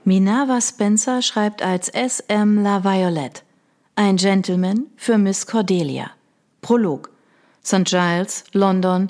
Minerva Spencer schreibt als S.M. La Violette. Ein Gentleman für Miss Cordelia. Prolog. St. Giles, London,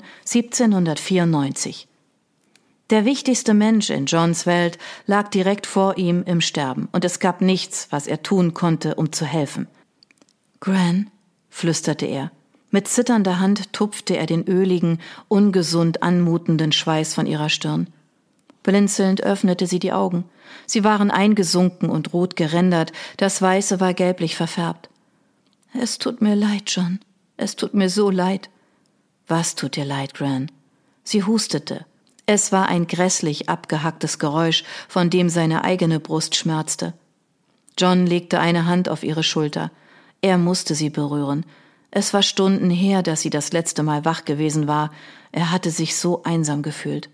1794. Der wichtigste Mensch in Johns Welt lag direkt vor ihm im Sterben, und es gab nichts, was er tun konnte, um zu helfen. »Gran«, flüsterte er. Mit zitternder Hand tupfte er den öligen, ungesund anmutenden Schweiß von ihrer Stirn. Blinzelnd öffnete sie die Augen. Sie waren eingesunken und rot gerändert, das Weiße war gelblich verfärbt. »Es tut mir leid, John. Es tut mir so leid.« »Was tut dir leid, Gran?« Sie hustete. Es war ein grässlich abgehacktes Geräusch, von dem seine eigene Brust schmerzte. John legte eine Hand auf ihre Schulter. Er musste sie berühren. Es war Stunden her, dass sie das letzte Mal wach gewesen war. Er hatte sich so einsam gefühlt.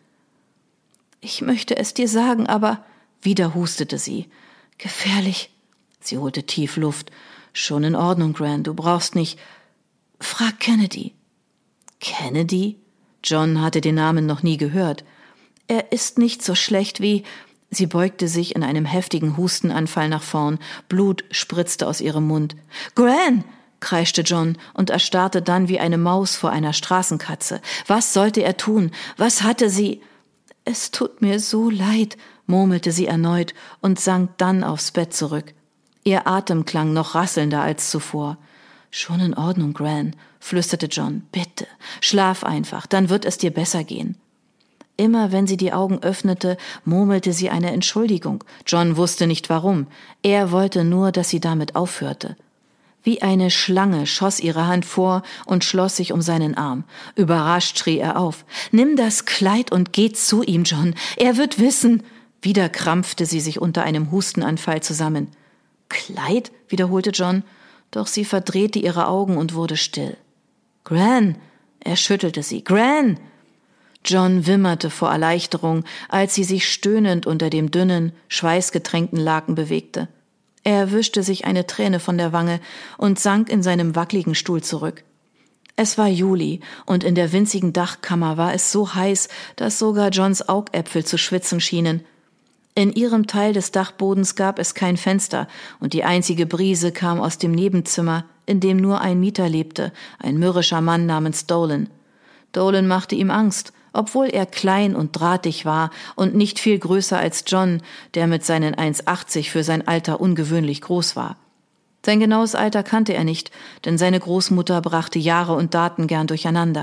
»Ich möchte es dir sagen, aber...« Wieder hustete sie. »Gefährlich.« Sie holte tief Luft. »Schon in Ordnung, Gran, du brauchst nicht...« »Frag Kennedy.« »Kennedy?« John hatte den Namen noch nie gehört. »Er ist nicht so schlecht wie...« Sie beugte sich in einem heftigen Hustenanfall nach vorn. Blut spritzte aus ihrem Mund. »Gran!« kreischte John und erstarrte dann wie eine Maus vor einer Straßenkatze. Was sollte er tun? Was hatte sie... »Es tut mir so leid«, murmelte sie erneut und sank dann aufs Bett zurück. Ihr Atem klang noch rasselnder als zuvor. »Schon in Ordnung, Gran«, flüsterte John. »Bitte, schlaf einfach, dann wird es dir besser gehen.« Immer wenn sie die Augen öffnete, murmelte sie eine Entschuldigung. John wusste nicht warum. Er wollte nur, dass sie damit aufhörte. Wie eine Schlange schoss ihre Hand vor und schloss sich um seinen Arm. Überrascht schrie er auf. »Nimm das Kleid und geh zu ihm, John. Er wird wissen.« Wieder krampfte sie sich unter einem Hustenanfall zusammen. »Kleid?« wiederholte John. Doch sie verdrehte ihre Augen und wurde still. »Gran!« Er schüttelte sie. »Gran!« John wimmerte vor Erleichterung, als sie sich stöhnend unter dem dünnen, schweißgetränkten Laken bewegte. Er wischte sich eine Träne von der Wange und sank in seinem wackligen Stuhl zurück. Es war Juli, und in der winzigen Dachkammer war es so heiß, dass sogar Johns Augäpfel zu schwitzen schienen. In ihrem Teil des Dachbodens gab es kein Fenster, und die einzige Brise kam aus dem Nebenzimmer, in dem nur ein Mieter lebte, ein mürrischer Mann namens Dolan. Dolan machte ihm Angst, obwohl er klein und drahtig war und nicht viel größer als John, der mit seinen 1,80 für sein Alter ungewöhnlich groß war. Sein genaues Alter kannte er nicht, denn seine Großmutter brachte Jahre und Daten gern durcheinander.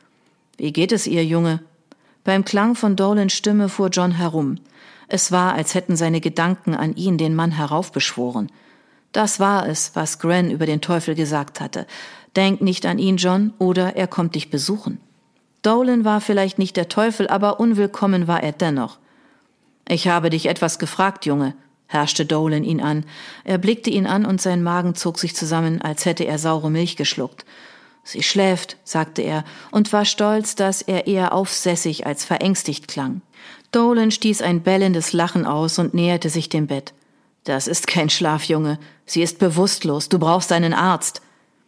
»Wie geht es ihr, Junge?« Beim Klang von Dolans Stimme fuhr John herum. Es war, als hätten seine Gedanken an ihn den Mann heraufbeschworen. Das war es, was Gran über den Teufel gesagt hatte. »Denk nicht an ihn, John, oder er kommt dich besuchen.« Dolan war vielleicht nicht der Teufel, aber unwillkommen war er dennoch. »Ich habe dich etwas gefragt, Junge«, herrschte Dolan ihn an. Er blickte ihn an und sein Magen zog sich zusammen, als hätte er saure Milch geschluckt. »Sie schläft«, sagte er und war stolz, dass er eher aufsässig als verängstigt klang. Dolan stieß ein bellendes Lachen aus und näherte sich dem Bett. »Das ist kein Schlaf, Junge. Sie ist bewusstlos. Du brauchst einen Arzt.«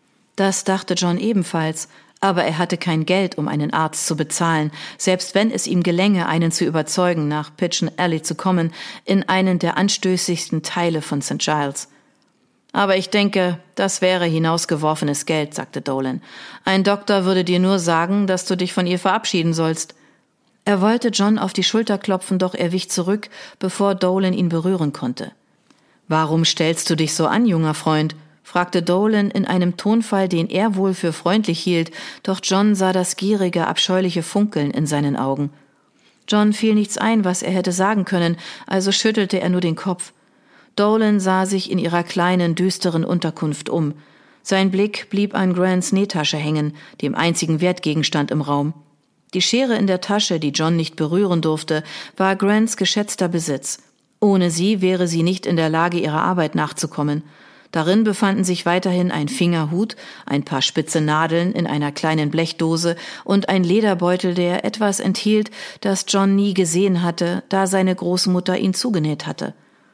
Das dachte John ebenfalls. Aber er hatte kein Geld, um einen Arzt zu bezahlen, selbst wenn es ihm gelänge, einen zu überzeugen, nach Pigeon Alley zu kommen, in einen der anstößigsten Teile von St. Giles. »Aber ich denke, das wäre hinausgeworfenes Geld«, sagte Dolan. »Ein Doktor würde dir nur sagen, dass du dich von ihr verabschieden sollst.« Er wollte John auf die Schulter klopfen, doch er wich zurück, bevor Dolan ihn berühren konnte. »Warum stellst du dich so an, junger Freund?« fragte Dolan in einem Tonfall, den er wohl für freundlich hielt, doch John sah das gierige, abscheuliche Funkeln in seinen Augen. John fiel nichts ein, was er hätte sagen können, also schüttelte er nur den Kopf. Dolan sah sich in ihrer kleinen, düsteren Unterkunft um. Sein Blick blieb an Grans Nähtasche hängen, dem einzigen Wertgegenstand im Raum. Die Schere in der Tasche, die John nicht berühren durfte, war Grans geschätzter Besitz. Ohne sie wäre sie nicht in der Lage, ihrer Arbeit nachzukommen. Darin befanden sich weiterhin ein Fingerhut, ein paar spitze Nadeln in einer kleinen Blechdose und ein Lederbeutel, der etwas enthielt, das John nie gesehen hatte, da seine Großmutter ihn zugenäht hatte.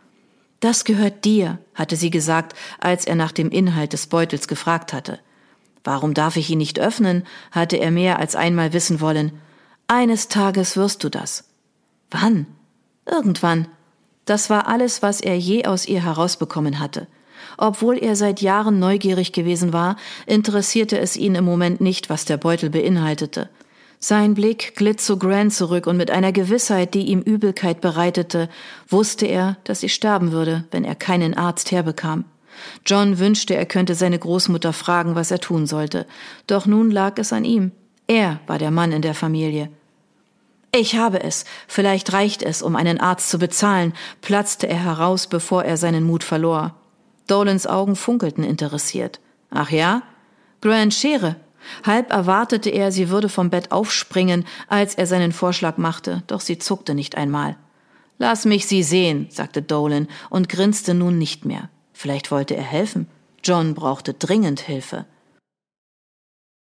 »Das gehört dir«, hatte sie gesagt, als er nach dem Inhalt des Beutels gefragt hatte. »Warum darf ich ihn nicht öffnen?«, hatte er mehr als einmal wissen wollen. »Eines Tages wirst du das.« »Wann?« »Irgendwann.« Das war alles, was er je aus ihr herausbekommen hatte. Obwohl er seit Jahren neugierig gewesen war, interessierte es ihn im Moment nicht, was der Beutel beinhaltete. Sein Blick glitt zu Grant zurück und mit einer Gewissheit, die ihm Übelkeit bereitete, wusste er, dass sie sterben würde, wenn er keinen Arzt herbekam. John wünschte, er könnte seine Großmutter fragen, was er tun sollte. Doch nun lag es an ihm. Er war der Mann in der Familie. »Ich habe es. Vielleicht reicht es, um einen Arzt zu bezahlen«, platzte er heraus, bevor er seinen Mut verlor. Dolans Augen funkelten interessiert. »Ach ja?« »Grant Schere.« Halb erwartete er, sie würde vom Bett aufspringen, als er seinen Vorschlag machte, doch sie zuckte nicht einmal. »Lass mich sie sehen«, sagte Dolan und grinste nun nicht mehr. Vielleicht wollte er helfen. John brauchte dringend Hilfe.